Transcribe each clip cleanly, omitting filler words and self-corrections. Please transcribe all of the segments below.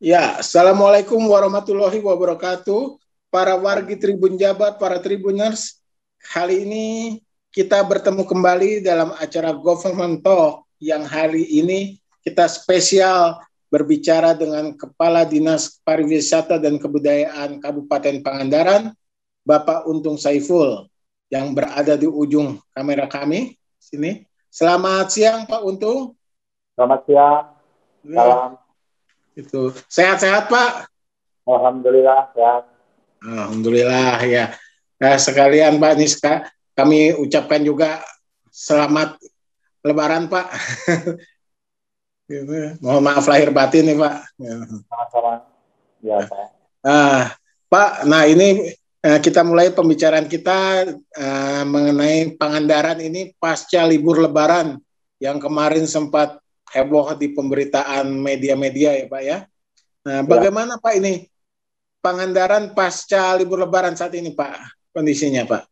Ya, Assalamualaikum warahmatullahi wabarakatuh. Para wargi Tribun Jabar, para Tribuners, kali ini kita bertemu kembali dalam acara Government Talk yang hari ini kita spesial berbicara dengan Kepala Dinas Pariwisata dan Kebudayaan Kabupaten Pangandaran, Bapak Untung Saiful, yang berada di ujung kamera kami sini. Selamat siang, Pak Untung. Selamat siang. Salam. Itu sehat-sehat, Pak. Alhamdulillah sehat. Alhamdulillah ya. Nah, sekalian Pak Niska, kami ucapkan juga selamat Lebaran Pak. Gitu. Mohon maaf lahir batin nih Pak. Sama-sama. Ya, Pak. Pak, nah ini kita mulai pembicaraan kita mengenai Pangandaran ini pasca libur Lebaran yang kemarin sempat heboh di pemberitaan media-media ya Pak ya. Nah, bagaimana Pak ini Pangandaran pasca libur Lebaran saat ini Pak kondisinya Pak?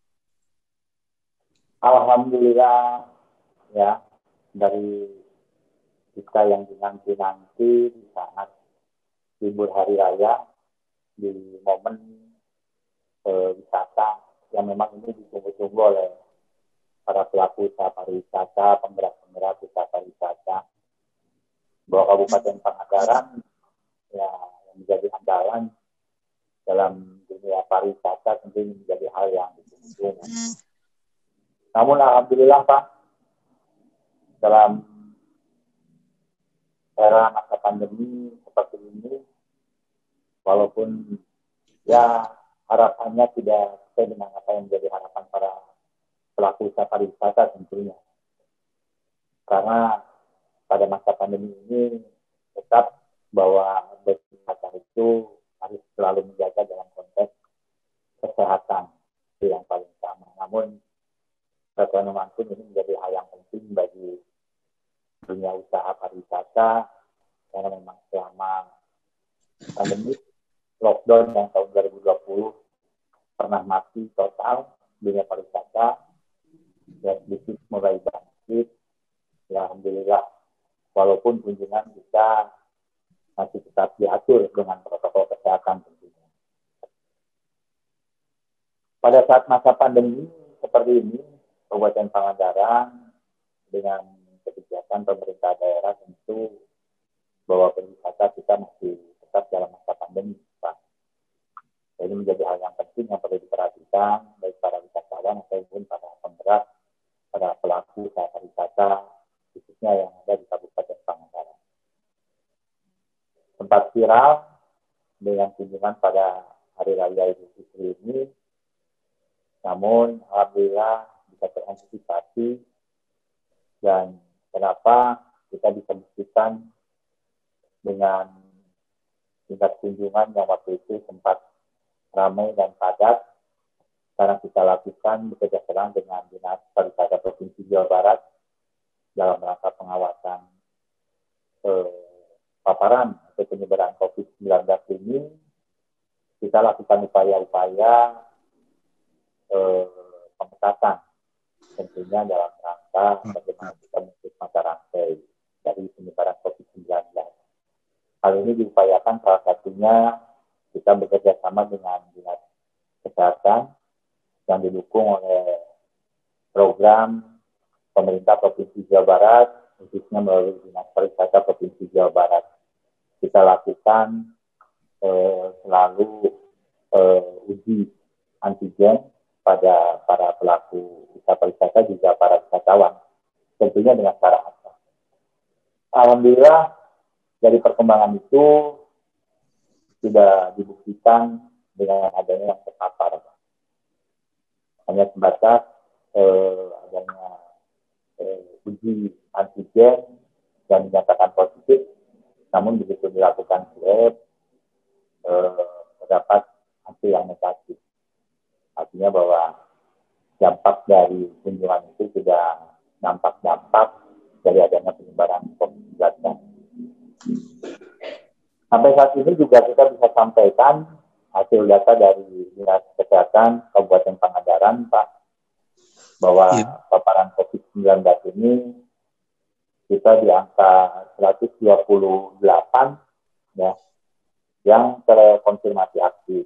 Alhamdulillah ya, dari kita yang dinanti-nanti di saat libur hari raya di momen wisata yang memang ini ditunggu-tunggu oleh para pelaku usaha pariwisata, penggerak-penggerak usaha pariwisata, bahwa Kabupaten Pangandaran ya menjadi andalan dalam dunia pariwisata tentu menjadi hal yang ditunggu. Namun alhamdulillah Pak, dalam era masa pandemi seperti ini, walaupun ya harapannya tidak sesuai dengan apa yang menjadi harapan para pelaku usaha pariwisata tentunya. Karena pada masa pandemi ini tetap bahwa berwisata itu harus selalu menjaga dalam konteks kesehatan, itu yang paling utama. Namun bagaimanapun ini menjadi hal yang penting bagi dunia usaha pariwisata, karena memang selama pandemi lockdown yang tahun 2020 pernah mati total dunia pariwisata, ya sedikit mulai bangkit. Ya alhamdulillah, walaupun kunjungan kita masih tetap diatur dengan protokol kesehatan tentunya. Pada saat masa pandemi seperti ini, Kabupaten Pangandaran dengan kebijakan pemerintah daerah tentu bahwa berwisata kita masih tetap dalam masa pandemi, Pak. Ini menjadi hal yang penting yang perlu diperhatikan baik para wisatawan ataupun para penggerak, para pelaku usaha pariwisata, khususnya yang ada di Kabupaten Pangandaran. Sempat viral dengan kunjungan pada Hari Raya Idul Fitri ini, namun alhamdulillah bisa terantisipasi. Dan kenapa kita bisa buktikan dengan tingkat kunjungan yang waktu itu sempat ramai dan padat, karena kita lakukan bekerjasama dengan Dinas Pariwisata Provinsi Jawa Barat dalam rangka pengawasan paparan atau penyebaran COVID-19 ini. Kita lakukan upaya-upaya pengetatan, tentunya dalam rangka bagaimana kita memutus mata rantai dari penyebaran COVID-19. Hal ini diupayakan salah satunya kita bekerja sama dengan Dinas Kesehatan yang didukung oleh program pemerintah Provinsi Jawa Barat, khususnya melalui Dinas Pariwisata Provinsi Jawa Barat. Kita lakukan selalu uji antigen pada para pelaku usaha pariwisata juga para wisatawan, tentunya dengan cara apa? Alhamdulillah dari perkembangan itu sudah dibuktikan dengan adanya yang terpapar. Hanya sebatas adanya uji antigen dan dinyatakan positif, namun begitu dilakukan swab terdapat hasil yang negatif. Artinya bahwa dampak dari kunjungan itu sudah dampak dari adanya penyebaran COVID-19. Sampai saat ini juga kita bisa sampaikan hasil data dari Dinas Kesehatan Kabupaten Pangandaran, Pak, bahwa paparan COVID-19 ini kita di angka 128 ya, yang terkonfirmasi aktif.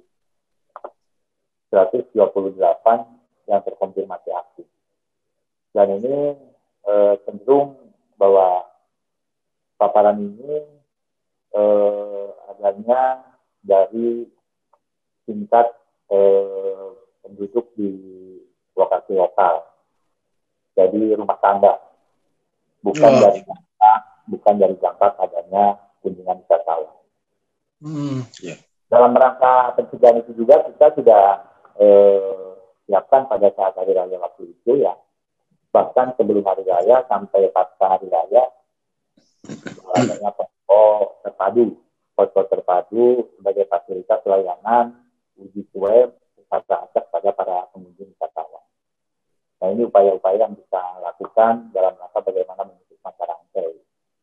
128 yang terkonfirmasi aktif. Dan ini cenderung bahwa paparan ini adanya dari tingkat penduduk di lokasi lokal. Jadi rumah tangga. Bukan dari dampak adanya kunjungan wisatawan. Yeah. Dalam rangka pencegahan itu juga kita sudah siapkan pada saat hari raya waktu itu ya, bahkan sebelum hari raya sampai pasca hari raya adanya posko terpadu sebagai fasilitas layanan uji swab wisata acak pada para pengunjung wisatawan. Nah, ini upaya-upaya yang bisa lakukan dalam rangka bagaimana memutus mata rantai.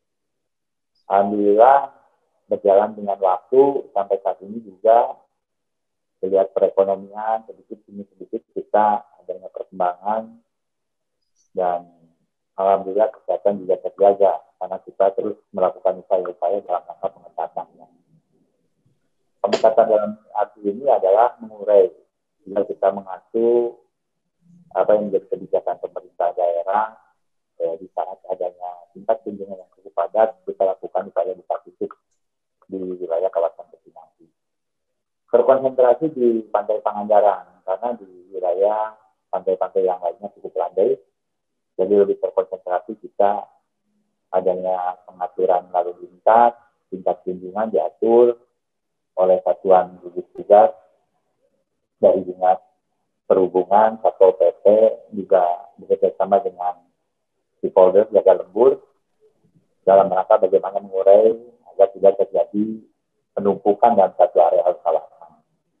Alhamdulillah berjalan dengan waktu sampai saat ini juga melihat perekonomian sedikit demi sedikit kita adanya perkembangan dan alhamdulillah kesehatan juga terjaga karena kita terus melakukan upaya-upaya dalam rangka pengetatannya. Pengetatan dalam arti ini adalah mengurai bila kita mengatur apa yang menjadi kebijakan pemerintah daerah di saat adanya tingkat kunjungan yang cukup padat, kita lakukan upaya buka tutup di wilayah kawasan destinasi. Terkonsentrasi di Pantai Pangandaran karena di wilayah pantai-pantai yang lainnya cukup landai, jadi lebih terkonsentrasi kita adanya pengaturan lalu lintas, tingkat kunjungan diatur oleh satuan gugus tugas dari Dinas Perhubungan, Satpol PP juga bekerjasama dengan stakeholder jaga lembur dalam rangka bagaimana mengurai agar tidak terjadi penumpukan dalam satu area kawasan.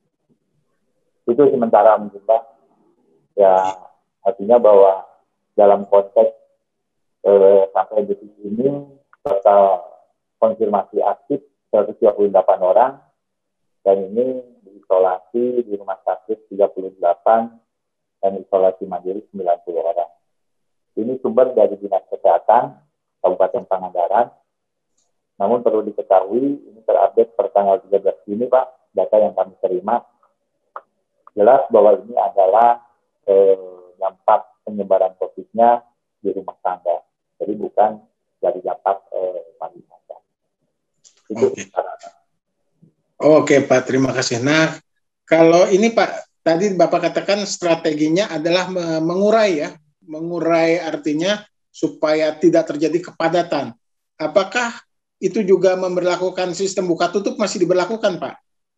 Itu sementara mungkin Pak. Ya, artinya bahwa dalam konteks sampai detik ini total konfirmasi aktif 128 orang dan ini diisolasi di rumah sakit 38 dan isolasi mandiri 90 orang. Ini sumber dari Dinas Kesehatan Kabupaten Pangandaran. Namun perlu diketahui, ini terupdate per tanggal 13 Juni, Pak, data yang kami terima. Jelas bahwa ini adalah dampak penyebaran COVID-nya di rumah tangga. Jadi bukan dari dampak pariwisata. Itu Oke, Pak, terima kasih. Nah, kalau ini Pak, tadi Bapak katakan strateginya adalah mengurai ya. Mengurai artinya supaya tidak terjadi kepadatan. Apakah itu juga memberlakukan sistem buka tutup masih diberlakukan, Pak?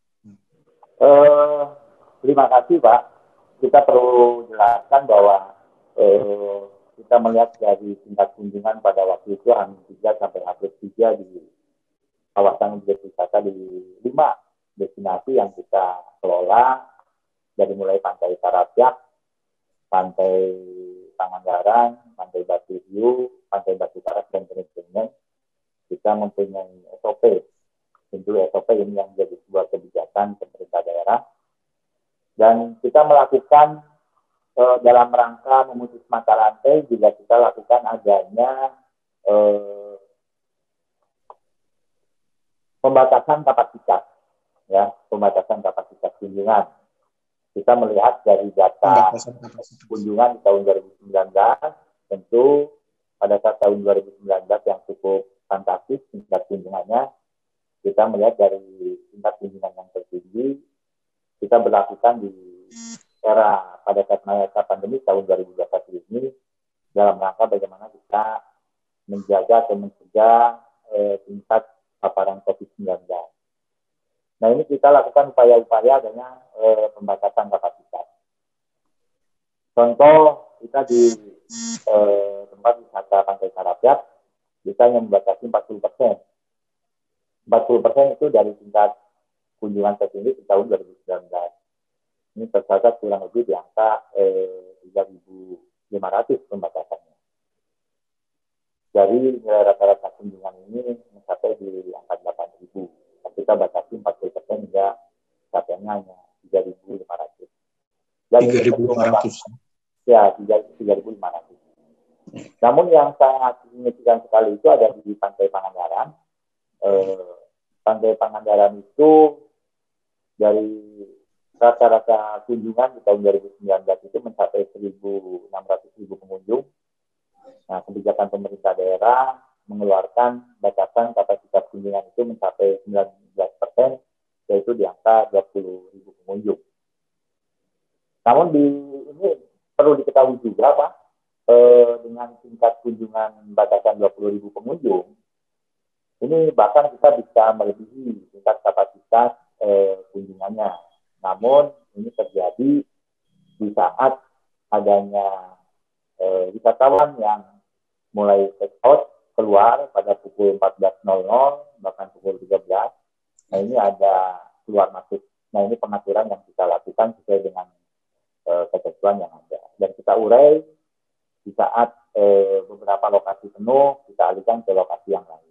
Terima kasih, Pak. Kita perlu jelaskan bahwa kita melihat dari tingkat kunjungan pada waktu itu H-3 sampai H-3 di kawasan objek wisata di 5 destinasi yang kita kelola dari mulai Pantai Karapyak, Pantai Pangandaran, Pantai Batu Hiu, Pantai Batu Karas, dan Keringsingan. Kita mempunyai SOP. Tentu SOP ini yang menjadi sebuah kebijakan pemerintah daerah. Dan kita melakukan dalam rangka memutus mata rantai juga kita lakukan adanya pembatasan kapasitas, ya, pembatasan kapasitas kunjungan. Kita melihat dari data kunjungan di tahun 2019, tentu pada saat tahun 2019 yang cukup fantastis tingkat kunjungannya, kita melihat dari tingkat kunjungan yang tertinggi, kita berlakukan di era pada saat masa pandemi tahun 2021 ini dalam rangka bagaimana kita menjaga atau mencegah tingkat paparan COVID-19. Nah, ini kita lakukan upaya-upaya adanya pembatasan kapasitas. Contoh, kita di tempat wisata Pantai Karapyak, kita yang membatasi 40%. 40% itu dari tingkat kunjungan tertinggi di tahun 2019. Ini tercatat kurang lebih di angka 3.500 pembatasannya. Dari nilai rata-rata kunjungan ini mencapai di angka 8.000. Kita batasi 40% hingga capaiannya hanya 3.500. 3.500. Ya, 3.500. Namun yang sangat signifikan sekali itu ada di Pantai Pangandaran. Pantai Pangandaran itu dari rata-rata kunjungan di tahun 2019 itu mencapai 1.600.000 pengunjung. Nah, kebijakan pemerintah daerah mengeluarkan batasan kapasitas kunjungan itu mencapai 19%, yaitu di angka 20.000 pengunjung. Namun ini perlu diketahui juga, Pak, dengan tingkat kunjungan batasan 20.000 pengunjung, ini bahkan kita bisa melebihi tingkat kapasitas kunjungannya. Namun ini terjadi di saat adanya wisatawan yang mulai take out keluar pada pukul 14.00 bahkan pukul 13. Nah, ini ada keluar masuk. Nah, ini pengaturan yang kita lakukan sesuai dengan ketentuan yang ada. Dan kita urai di saat beberapa lokasi penuh, kita alihkan ke lokasi yang lain.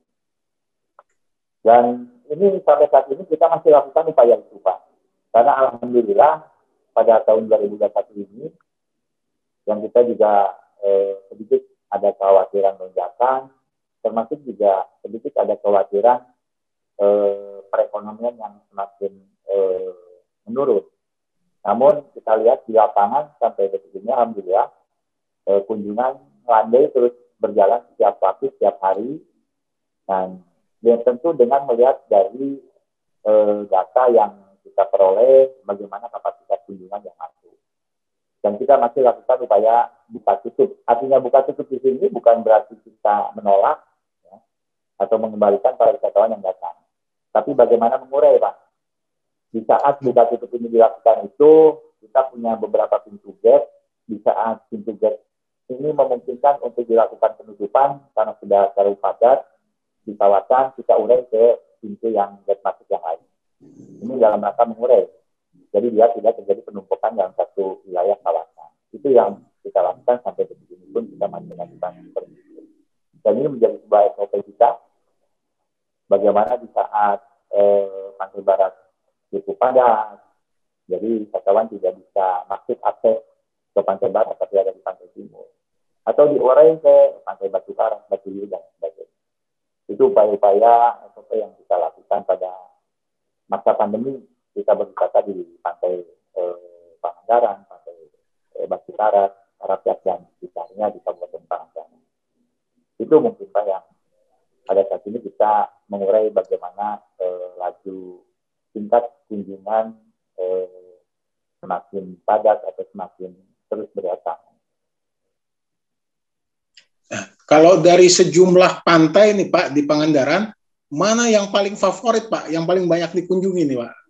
Dan ini sampai saat ini kita masih lakukan upaya itu, Pak. Karena alhamdulillah pada tahun 2021 ini yang kita juga sedikit ada kekhawatiran lonjakan, termasuk juga sedikit ada kekhawatiran perekonomian yang semakin menurun. Namun kita lihat di lapangan sampai detik ini alhamdulillah kunjungan landai terus berjalan setiap waktu, setiap hari. Dan tentu dengan melihat dari data yang kita peroleh bagaimana kapasitas kunjungan yang masuk. Dan kita masih lakukan upaya buka tutup. Artinya buka tutup di sini bukan berarti kita menolak ya, atau mengembalikan para wisatawan yang datang. Tapi bagaimana mengurai, Pak? Di saat buka tutup ini dilakukan itu, kita punya beberapa pintu gate. Di saat pintu gate ini memungkinkan untuk dilakukan penutupan karena sudah terlalu padat di kawasan, kita urai ke pintu yang gate masuk yang lain. Ini dalam rangka mengurai. Jadi dia tidak terjadi penumpukan dalam satu wilayah kawasan. Itu yang kita lakukan sampai detik ini pun kita masih melakukan seperti itu. Dan ini menjadi sebuah SOP kita. Bagaimana di saat pantai barat cukup padat, jadi wisatawan tidak bisa masuk akses ke pantai barat tapi ada di pantai timur. Atau diurai ke pantai Batu Karang, Batu Liu, dan sebagainya. Itu upaya-upaya SOP yang kita lakukan pada masa pandemi. Kita berwisata di pantai Pangandaran, pantai Batu Karang, Rakyat, dan sekitarnya di Kabupaten Pangandaran. Itu mungkin Pak yang pada saat ini kita mengurai bagaimana laju tingkat kunjungan semakin padat atau semakin terus berdatang. Nah, kalau dari sejumlah pantai nih Pak di Pangandaran, mana yang paling favorit Pak, yang paling banyak dikunjungi nih Pak?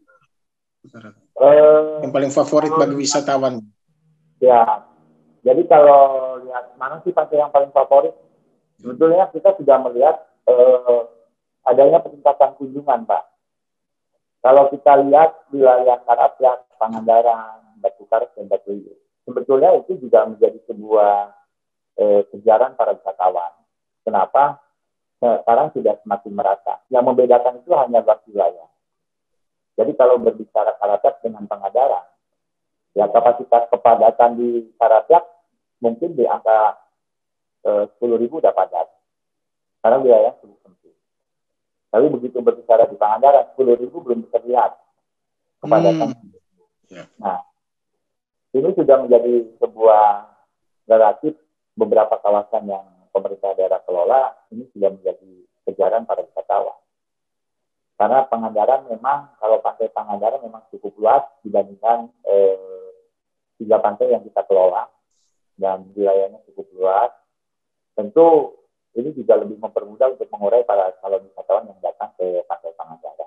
Yang paling favorit bagi wisatawan? Ya, jadi kalau lihat mana sih pantai yang paling favorit, sebetulnya kita sudah melihat adanya peningkatan kunjungan, Pak. Kalau kita lihat wilayah Karapiak, Pangandaran, Batu Karas, dan Batu Liu, sebetulnya itu juga menjadi sebuah kejaran para wisatawan. Kenapa? Sekarang sudah semakin merata. Yang membedakan itu hanya luas wilayah. Jadi kalau berbicara Karapiak dengan Pangandaran, ya kapasitas kepadatan di Karapiak mungkin di angka 10.000 udah padat. Karena wilayah cukup sempit. Tapi begitu berbicara di Pangandaran, 10.000 belum terlihat kepadatan. Nah, ini sudah menjadi sebuah relatif beberapa kawasan yang pemerintah daerah kelola, ini sudah menjadi kejaran para wisatawan. Karena Pangandaran memang, kalau pantai Pangandaran memang cukup luas dibandingkan 3 pantai yang kita kelola, dan wilayahnya cukup luas. Tentu ini juga lebih mempermudah untuk mengurai para calon wisatawan yang datang ke pantai Pangandaran.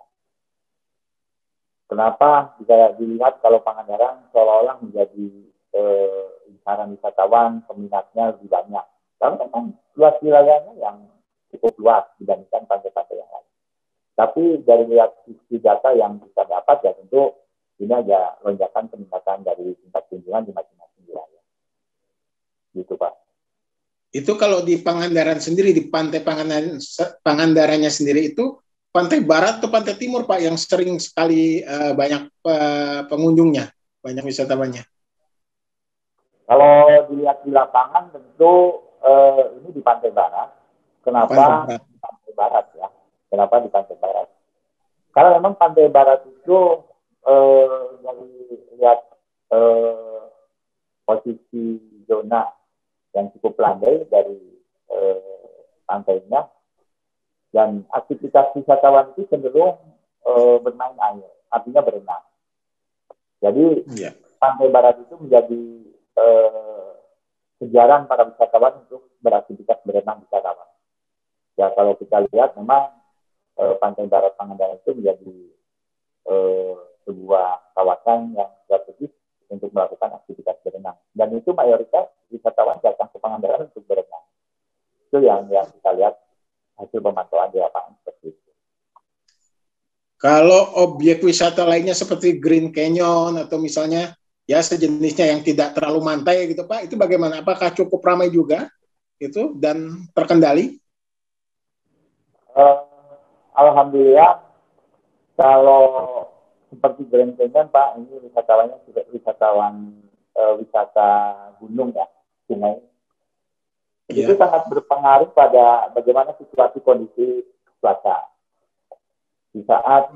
Kenapa bisa dilihat kalau Pangandaran seolah-olah menjadi incaran wisatawan, peminatnya lebih banyak. Karena memang luas wilayahnya yang cukup luas dibandingkan pantai-pantai yang lain. Tapi dari lihat sisi data yang kita dapat, ya tentu ini ada lonjakan peningkatan dari tingkat kunjungan di masing-masing wilayah. Gitu, Pak. Itu kalau di Pangandaran sendiri, di pantai Pangandarannya sendiri itu pantai barat atau pantai timur Pak yang sering sekali banyak pengunjungnya, banyak wisatawannya? Kalau dilihat di lapangan tentu ini di pantai barat. Kenapa di pantai barat ya? Kenapa di pantai barat? Karena memang pantai barat itu dari lihat posisi zona yang cukup landai dari pantainya, dan aktivitas wisatawan itu cenderung bermain air, artinya berenang. Jadi pantai barat itu menjadi kejaran para wisatawan untuk beraktivitas berenang di Karawang. Ya kalau kita lihat memang pantai barat Pangandaran itu menjadi sebuah kawasan yang strategis untuk melakukan aktivitas berenang. Dan itu mayoritas wisatawan datang ke Pangandaran untuk berenang. Itu yang kita lihat hasil pemantauan di lapangan seperti itu. Kalau objek wisata lainnya seperti Green Canyon atau misalnya ya sejenisnya yang tidak terlalu mantai gitu Pak, itu bagaimana? Apakah cukup ramai juga itu dan terkendali? Alhamdulillah, kalau seperti Grand Canyon Pak, ini wisatawannya juga wisata gunung ya, sungai. Itu sangat berpengaruh pada bagaimana situasi kondisi cuaca. Di saat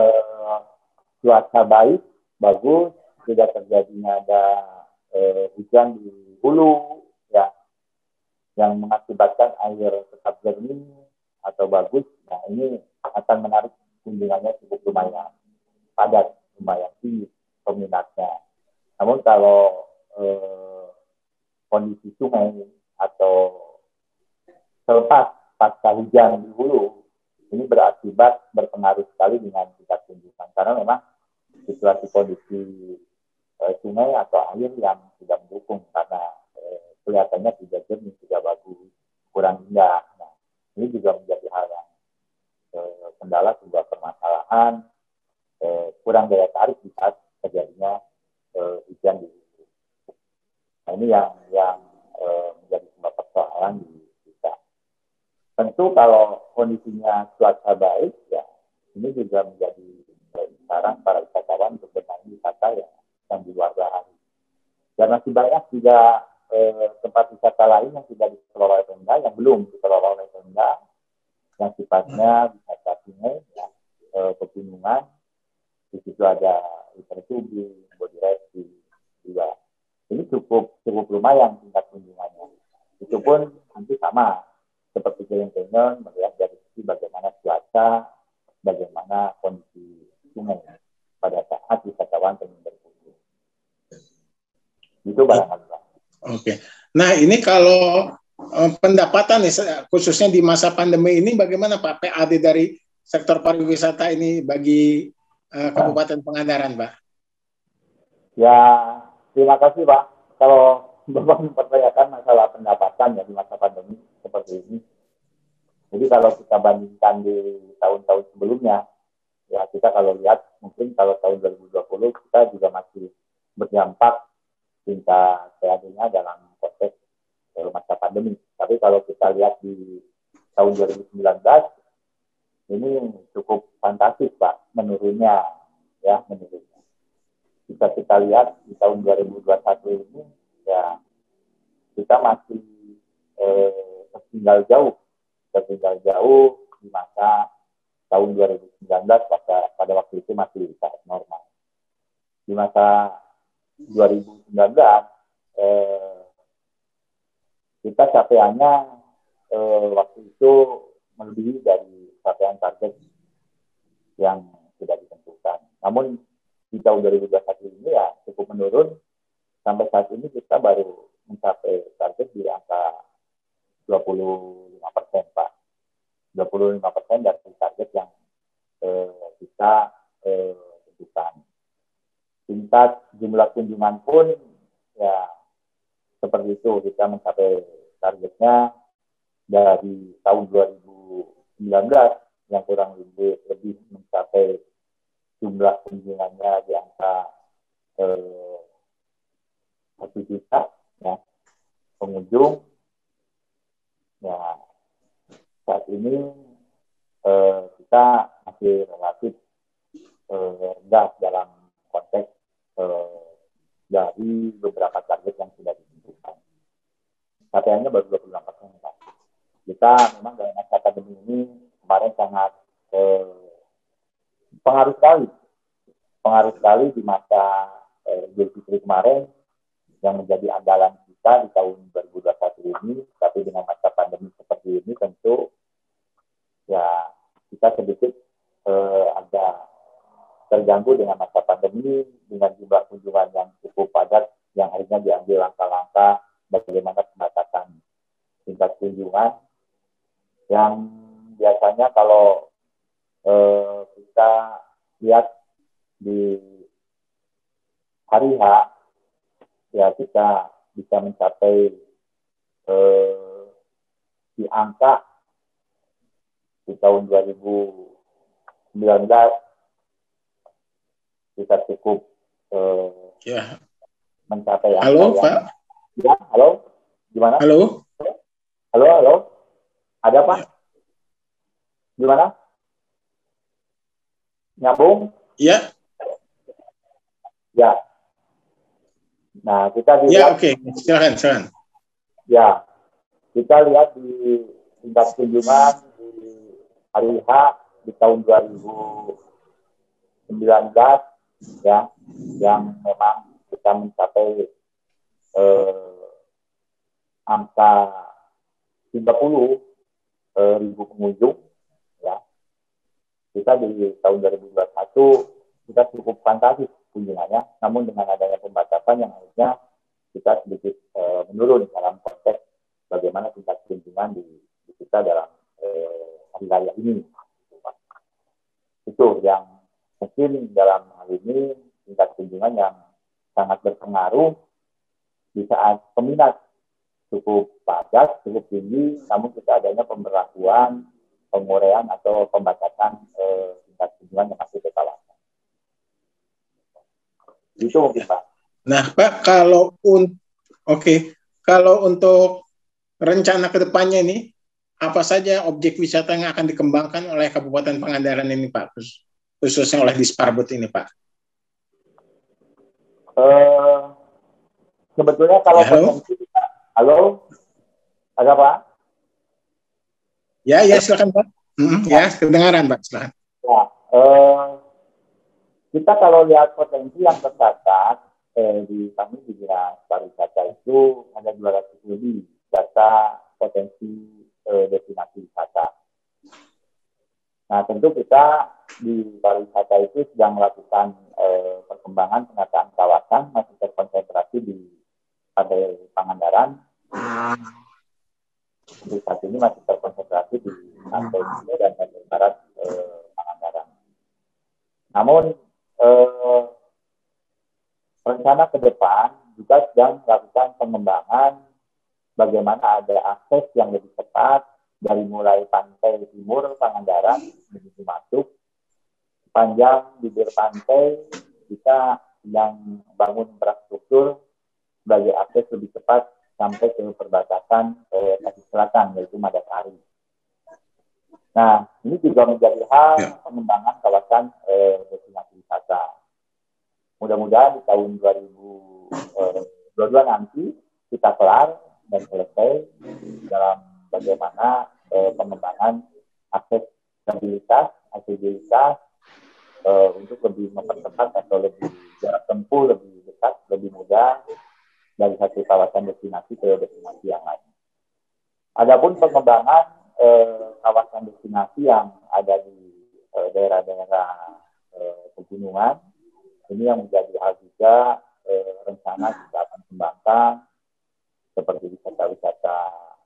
cuaca baik, bagus, tidak terjadinya ada hujan di hulu, ya, yang mengakibatkan air tetap jernih atau bagus, nah ini akan menarik kunjungannya cukup lumayan padat, lumayan tinggi peminatnya. Namun kalau kondisi sungai atau selepas pasca hujan di hulu, ini berakibat berpengaruh sekali dengan tingkat kunjungan, karena memang situasi kondisi sungai atau air yang tidak mendukung, karena kelihatannya tidak jernih, tidak bagus, kurang indah. Nah, ini juga menjadi hal yang kendala, sebuah permasalahan, kurang daya tarik di saat terjadinya hujan di hulu. Nah, ini yang menjadi sebuah persoalan di kita. Tentu kalau kondisinya cuaca baik, ya ini juga menjadi saran para wisatawan untuk bermain wisata yang di luar bahari. Dan masih banyak juga tempat wisata lain yang tidak dikelola oleh Pemda, yang belum dikelola oleh Pemda, yang sifatnya wisata sungai, ya, pegunungan. Di situ ada ikan tubing, body rafting juga. Ini cukup lumayan tingkat kunjungannya. Itu pun nanti sama seperti Grand Canyon, melihat dari sisi bagaimana cuaca, bagaimana kondisi sungai pada saat wisatawan ingin berkunjung. Itu barangkali. Oke. Nah ini kalau pendapatan nih, khususnya di masa pandemi ini, bagaimana Pak PAD dari sektor pariwisata ini bagi Kabupaten Pangandaran, Pak? Ya, terima kasih Pak. Kalau Bapak mempertanyakan masalah pendapatan ya di masa pandemi seperti ini. Jadi kalau kita bandingkan di tahun-tahun sebelumnya, ya kita kalau lihat mungkin kalau tahun 2020 kita juga masih berdampak tingkat PAD-nya dalam konteks masa pandemi. Tapi kalau kita lihat di tahun 2019 ini cukup fantastis Pak menurunnya, ya menurunnya. Jika kita lihat di tahun 2021 ini, ya kita masih tertinggal jauh di masa tahun 2019 pada waktu itu masih saat normal. Di masa 2019 kita capaiannya waktu itu melebihi dari capaian target yang sudah ditentukan. Namun di tahun 2021 ini ya cukup menurun. Sampai saat ini kita baru mencapai target di angka 25% Pak. 25% dari target yang kita tentukan. Tingkat jumlah kunjungan pun ya seperti itu, kita mencapai targetnya dari tahun 2019 yang kurang lebih mencapai jumlah kunjungannya di angka 1 juta ya, pengunjung. Ya, saat ini kita masih relatif rendah dalam konteks dari beberapa target yang sudah ditentukan. Capaiannya baru 26%. Pak. Kita memang dalam masa pandemi ini kemarin sangat pengaruh sekali di masa Idul Fitri kemarin yang menjadi andalan kita di tahun 2021 ini. Tapi dengan masa pandemi seperti ini tentu ya kita sedikit agak terganggu dengan masa pandemi, dengan jumlah kunjungan yang cukup padat, yang akhirnya diambil langkah-langkah bagaimana pembatasan tingkat kunjungan yang biasanya kalau kita lihat di hari H ya kita bisa mencapai di angka di tahun 2019 kita cukup mencapai angka halo, yang... Pak. Ya, halo? Gimana? Halo? Halo? Ada, Pak? Ya. Gimana? Nyambung? Ya. Ya. Nah, kita lihat... Ya, oke. Silakan. Ya, kita lihat di tingkat kunjungan di hari H di tahun 2019 ya, yang memang kita mencapai angka 30 ribu pengunjung ya. Kita di tahun 2021 kita cukup fantastis kunjungannya, namun dengan adanya pembatasan yang akhirnya kita sedikit menurun dalam konteks bagaimana tingkat kunjungan di kita dalam hari raya ini. Itu yang mungkin dalam hal ini tingkat kunjungan yang sangat berpengaruh di saat peminat cukup padat, cukup tinggi, namun kita adanya pemberlakuan, penguraian atau pembatasan tingkat kunjungan yang masih berkawasan. Itu mungkin, Pak. Nah, Pak, kalau untuk rencana ke depannya ini, apa saja objek wisata yang akan dikembangkan oleh Kabupaten Pangandaran ini, Pak? Khususnya oleh Disparbud ini, Pak. Sebetulnya kalau potensi... Halo? Ada, Pak? Ya, silakan, Pak. Ya, kedengaran, Pak. Silakan. Ya, kita kalau lihat potensi yang tercatat di kami di Dinas Pariwisata itu ada 200 lebih data potensi destinasi wisata. Nah, tentu kita di pariwisata itu sedang melakukan perkembangan penataan kawasan, masih terkonsentrasi di Pantai Pangandaran. Untuk saat ini masih terkonsentrasi di Pantai Timur dan Pantai Barat Pangandaran. Namun rencana ke depan juga sedang melakukan pengembangan bagaimana ada akses yang lebih cepat dari mulai pantai timur Pangandaran menuju masuk sepanjang bibir pantai. Kita sedang bangun infrastruktur sebagai akses lebih cepat sampai ke perbatasan Tasik Selatan, yaitu Madasari. Nah, ini juga menjadi hal pengembangan kawasan destinasi wisata. Mudah-mudahan di tahun 2022 nanti kita kelar dan selesai dalam bagaimana pengembangan aksesibilitas untuk lebih mempercepat atau lebih jarak tempuh lebih dekat, lebih mudah dari satu kawasan destinasi ke destinasi yang lain. Adapun pengembangan kawasan destinasi yang ada di daerah-daerah pegunungan, ini yang menjadi hal juga rencana kita akan kembangkan seperti wisata-wisata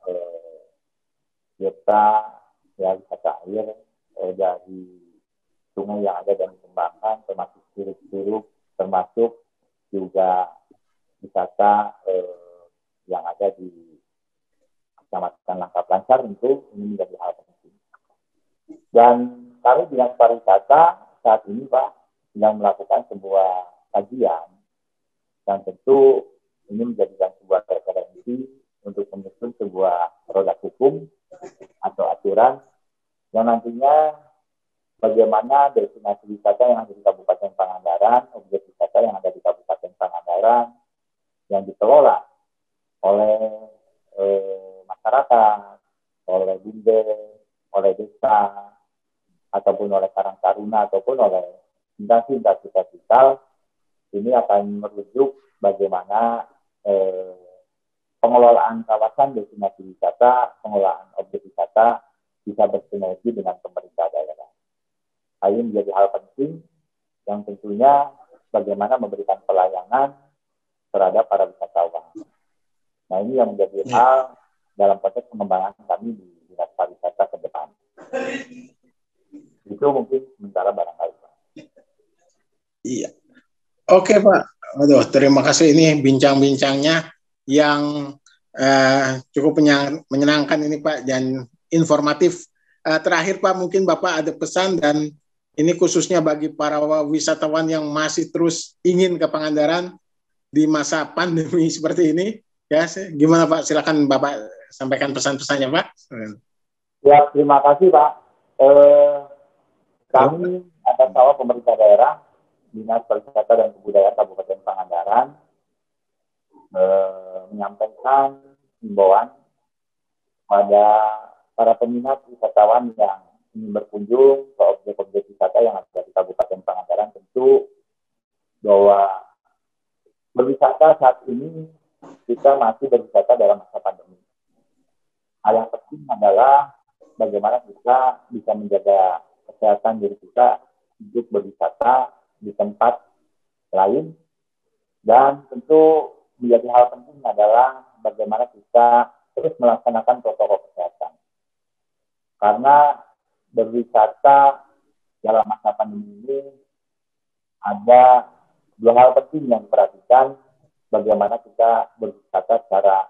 wisata air dari sungai yang ada dan dikembangkan, termasuk curug-curug, termasuk juga wisata yang ada di Kecamatan Langkap Lancar. Tentu ini menjadi hal penting. Dan kami Dinas Pariwisata saat ini, Pak, sedang melakukan sebuah kajian yang tentu ini menjadikan sebuah referensi untuk menyusun sebuah produk hukum atau aturan yang nantinya bagaimana destinasi wisata yang ada di Kabupaten Pangandaran, objek wisata yang ada di Kabupaten Pangandaran yang dikelola oleh masyarakat, oleh BUMDes, oleh desa, ataupun oleh Karang Taruna ataupun oleh instansi fiskal, ini akan merujuk bagaimana pengelolaan kawasan destinasi wisata, pengelolaan objek wisata bisa bersinergi dengan pemerintah daerah. Ini menjadi hal penting yang tentunya bagaimana memberikan pelayanan terhadap para wisatawan. Nah, ini yang menjadi hal dalam proses pengembangan kami di Dinas Pariwisata ke depan. Itu mungkin sementara barangkali, Pak. Iya. Oke, Pak. Aduh, terima kasih ini bincang-bincangnya yang cukup menyenangkan ini, Pak, dan informatif. Terakhir, Pak, mungkin Bapak ada pesan, dan ini khususnya bagi para wisatawan yang masih terus ingin ke Pangandaran di masa pandemi seperti ini. Ya, gimana Pak? Silakan Bapak sampaikan pesan-pesannya, Pak. Ya, terima kasih, Pak. Kami atas nama pemerintah daerah, Dinas Pariwisata dan Kebudayaan Kabupaten Pangandaran, menyampaikan himbauan pada para peminat wisatawan yang ingin berkunjung ke objek-objek wisata yang ada di Kabupaten Pangandaran, tentu bahwa berwisata saat ini kita masih berwisata dalam masa pandemi. Hal yang penting adalah bagaimana kita bisa menjaga kesehatan diri kita untuk berwisata di tempat lain, dan tentu menjadi hal penting adalah bagaimana kita terus melaksanakan protokol kesehatan. Karena berwisata dalam masa pandemi ini ada dua hal penting yang diperhatikan, bagaimana kita berwisata secara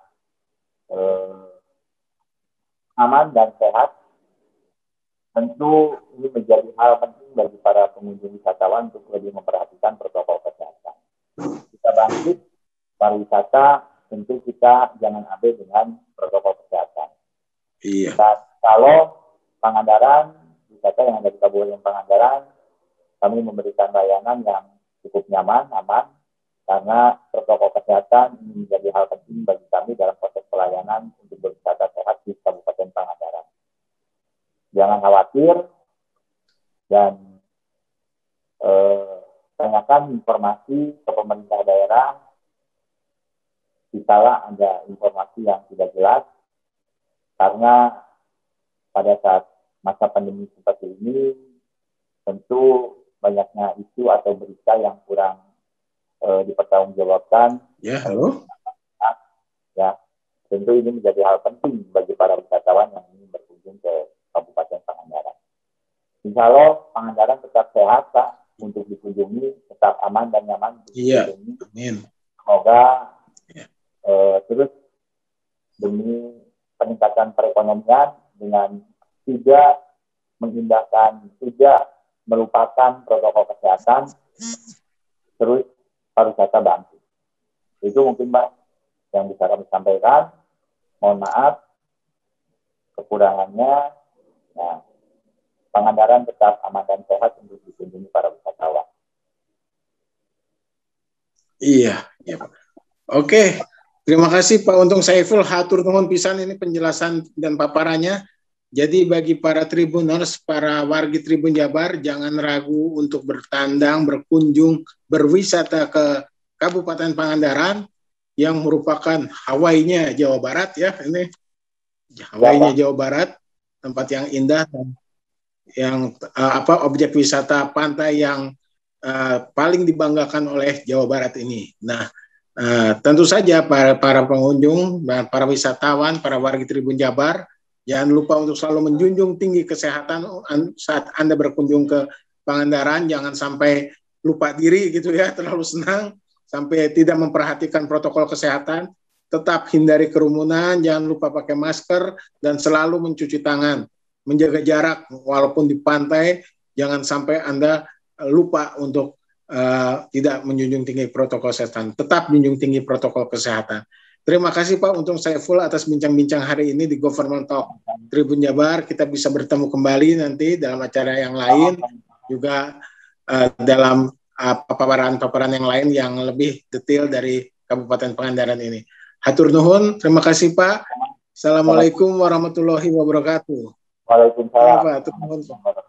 aman dan sehat. Tentu ini menjadi hal penting bagi para pengunjung wisatawan untuk lebih memperhatikan protokol kesehatan. Kita bangkit pariwisata, tentu kita jangan abai dengan protokol kesehatan. Iya. Kalau Pangandaran, wisata yang ada di Kabupaten Pangandaran, kami memberikan layanan yang cukup nyaman, aman, karena protokol kesehatan ini menjadi hal penting bagi kami dalam proses pelayanan untuk berwisata sehat di Kabupaten Pangandaran. Jangan khawatir, dan tanyakan informasi ke pemerintah daerah jikalau ada informasi yang tidak jelas, karena pada saat masa pandemi seperti ini tentu banyaknya isu atau berita yang kurang dipertanggungjawabkan. Ya, halo. Ya, tentu ini menjadi hal penting bagi para wisatawan yang ingin berkunjung ke Kabupaten Pangandaran. Insya Allah Pangandaran tetap sehat, Pak, untuk dikunjungi, tetap aman dan nyaman untuk dikunjungi. Amin. Semoga terus demi peningkatan perekonomian dengan tidak mengindahkan, tidak melupakan protokol kesehatan, terus pariwisata bangkit. Itu mungkin, Pak, yang bisa kami sampaikan. Mohon maaf kekurangannya. Nah, Pangandaran tetap aman dan sehat untuk dikunjungi para wisatawan. Iya, ya, Pak. Oke, terima kasih Pak Untung Saiful, hatur nuhun pisan ini penjelasan dan paparannya. Jadi bagi para Tribuners, para wargi Tribun Jabar, jangan ragu untuk bertandang, berkunjung, berwisata ke Kabupaten Pangandaran yang merupakan Hawaii-nya Jawa Barat, ya, ini Hawaii-nya Jawa Barat, tempat yang indah dan yang objek wisata pantai yang paling dibanggakan oleh Jawa Barat ini. Nah, tentu saja para pengunjung, para wisatawan, para wargi Tribun Jabar, jangan lupa untuk selalu menjunjung tinggi kesehatan saat Anda berkunjung ke Pangandaran. Jangan sampai lupa diri gitu ya, terlalu senang sampai tidak memperhatikan protokol kesehatan. Tetap hindari kerumunan, jangan lupa pakai masker dan selalu mencuci tangan, menjaga jarak walaupun di pantai. Jangan sampai Anda lupa untuk tidak menjunjung tinggi protokol kesehatan. Tetap junjung tinggi protokol kesehatan. Terima kasih Pak Untung Saiful atas bincang-bincang hari ini di Government Talk Tribun Jabar. Kita bisa bertemu kembali nanti dalam acara yang lain, juga dalam paparan-paparan yang lain yang lebih detail dari Kabupaten Pangandaran ini. Hatur nuhun, terima kasih Pak. Assalamualaikum warahmatullahi wabarakatuh. Waalaikumsalam. Pak, hatur nuhun.